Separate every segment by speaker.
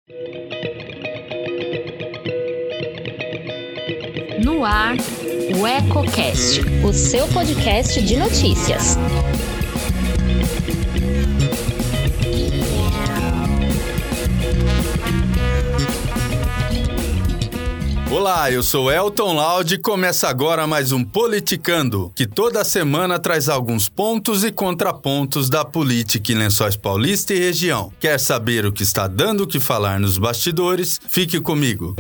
Speaker 1: No ar, o EcoCast, o seu podcast de notícias.
Speaker 2: Olá, eu sou Elton Laude e começa agora mais um Politicando, que toda semana traz alguns pontos e contrapontos da política em Lençóis Paulista e região. Quer saber o que está dando o que falar nos bastidores? Fique comigo.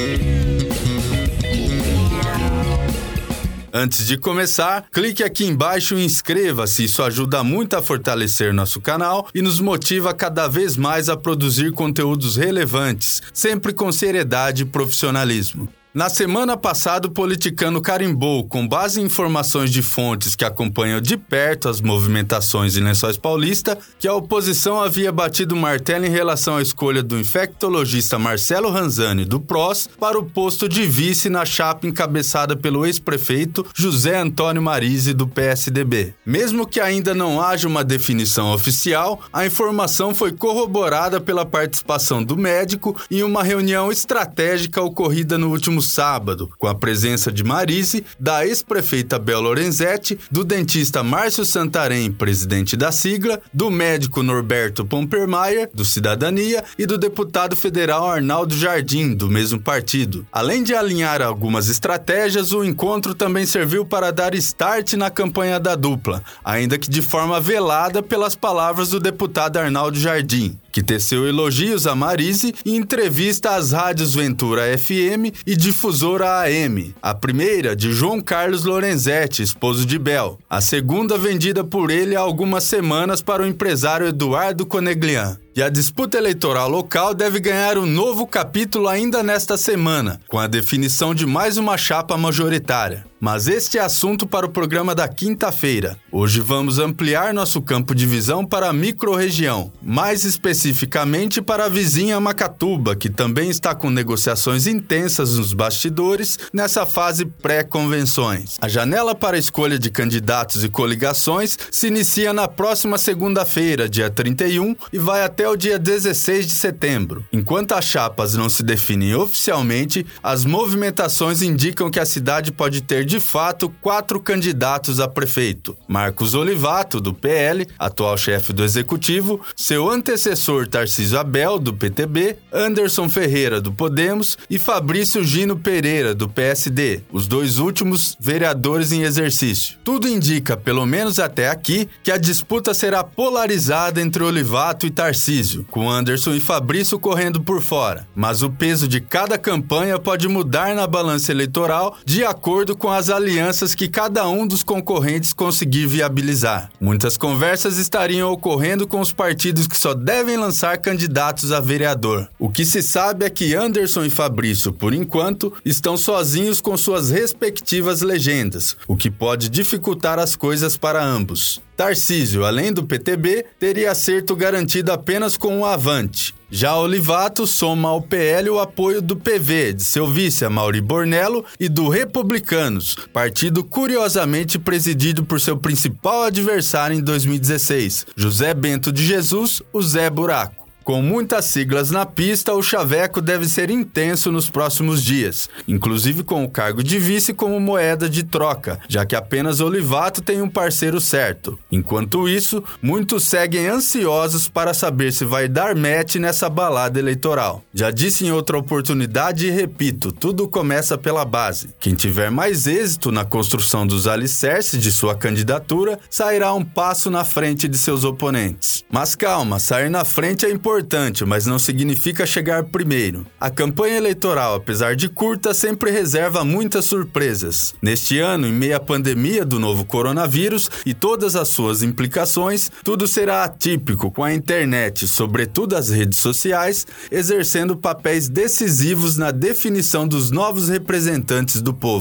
Speaker 2: Antes de começar, clique aqui embaixo e inscreva-se, isso ajuda muito a fortalecer nosso canal e nos motiva cada vez mais a produzir conteúdos relevantes, sempre com seriedade e profissionalismo. Na semana passada, o Politicano carimbou, com base em informações de fontes que acompanham de perto as movimentações em Lençóis Paulista, que a oposição havia batido o martelo em relação à escolha do infectologista Marcelo Ranzani, do PROS, para o posto de vice na chapa encabeçada pelo ex-prefeito José Antônio Marise, do PSDB. Mesmo que ainda não haja uma definição oficial, a informação foi corroborada pela participação do médico em uma reunião estratégica ocorrida no último sábado, com a presença de Marise, da ex-prefeita Bel Lorenzetti, do dentista Márcio Santarém, presidente da sigla, do médico Norberto Pompermayer, do Cidadania, e do deputado federal Arnaldo Jardim, do mesmo partido. Além de alinhar algumas estratégias, o encontro também serviu para dar start na campanha da dupla, ainda que de forma velada pelas palavras do deputado Arnaldo Jardim, que teceu elogios a Marise em entrevista às rádios Ventura FM e Difusora AM. A primeira, de João Carlos Lorenzetti, esposo de Bel. A segunda, vendida por ele há algumas semanas para o empresário Eduardo Coneglian. E a disputa eleitoral local deve ganhar um novo capítulo ainda nesta semana, com a definição de mais uma chapa majoritária. Mas este é assunto para o programa da quinta-feira. Hoje vamos ampliar nosso campo de visão para a microrregião, mais especificamente para a vizinha Macatuba, que também está com negociações intensas nos bastidores nessa fase pré-convenções. A janela para a escolha de candidatos e coligações se inicia na próxima segunda-feira, dia 31, e vai até o dia 16 de setembro. Enquanto as chapas não se definem oficialmente, as movimentações indicam que a cidade pode ter de fato 4 candidatos a prefeito: Marcos Olivato, do PL, atual chefe do Executivo, seu antecessor Tarcísio Abel, do PTB, Anderson Ferreira, do Podemos, e Fabrício Gino Pereira, do PSD, os dois últimos vereadores em exercício. Tudo indica, pelo menos até aqui, que a disputa será polarizada entre Olivato e Tarcísio, com Anderson e Fabrício correndo por fora. Mas o peso de cada campanha pode mudar na balança eleitoral de acordo com as alianças que cada um dos concorrentes conseguir viabilizar. Muitas conversas estariam ocorrendo com os partidos que só devem lançar candidatos a vereador. O que se sabe é que Anderson e Fabrício, por enquanto, estão sozinhos com suas respectivas legendas, o que pode dificultar as coisas para ambos. Tarcísio, além do PTB, teria acerto garantido apenas com o Avante. Já Olivato soma ao PL o apoio do PV, de seu vice Amaury Bornello, e do Republicanos, partido curiosamente presidido por seu principal adversário em 2016, José Bento de Jesus, o Zé Buraco. Com muitas siglas na pista, o chaveco deve ser intenso nos próximos dias, inclusive com o cargo de vice como moeda de troca, já que apenas Olivato tem um parceiro certo. Enquanto isso, muitos seguem ansiosos para saber se vai dar match nessa balada eleitoral. Já disse em outra oportunidade e repito, tudo começa pela base. Quem tiver mais êxito na construção dos alicerces de sua candidatura, sairá um passo na frente de seus oponentes. Mas calma, sair na frente é importante, mas não significa chegar primeiro. A campanha eleitoral, apesar de curta, sempre reserva muitas surpresas. Neste ano, em meio à pandemia do novo coronavírus e todas as suas implicações, tudo será atípico, com a internet, sobretudo as redes sociais, exercendo papéis decisivos na definição dos novos representantes do povo.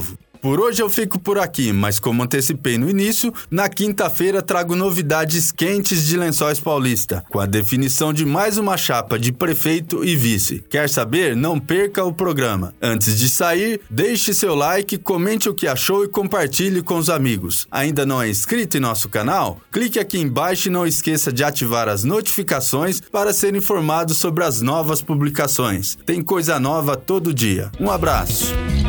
Speaker 2: Por hoje eu fico por aqui, mas como antecipei no início, na quinta-feira trago novidades quentes de Lençóis Paulista, com a definição de mais uma chapa de prefeito e vice. Quer saber? Não perca o programa. Antes de sair, deixe seu like, comente o que achou e compartilhe com os amigos. Ainda não é inscrito em nosso canal? Clique aqui embaixo e não esqueça de ativar as notificações para ser informado sobre as novas publicações. Tem coisa nova todo dia. Um abraço!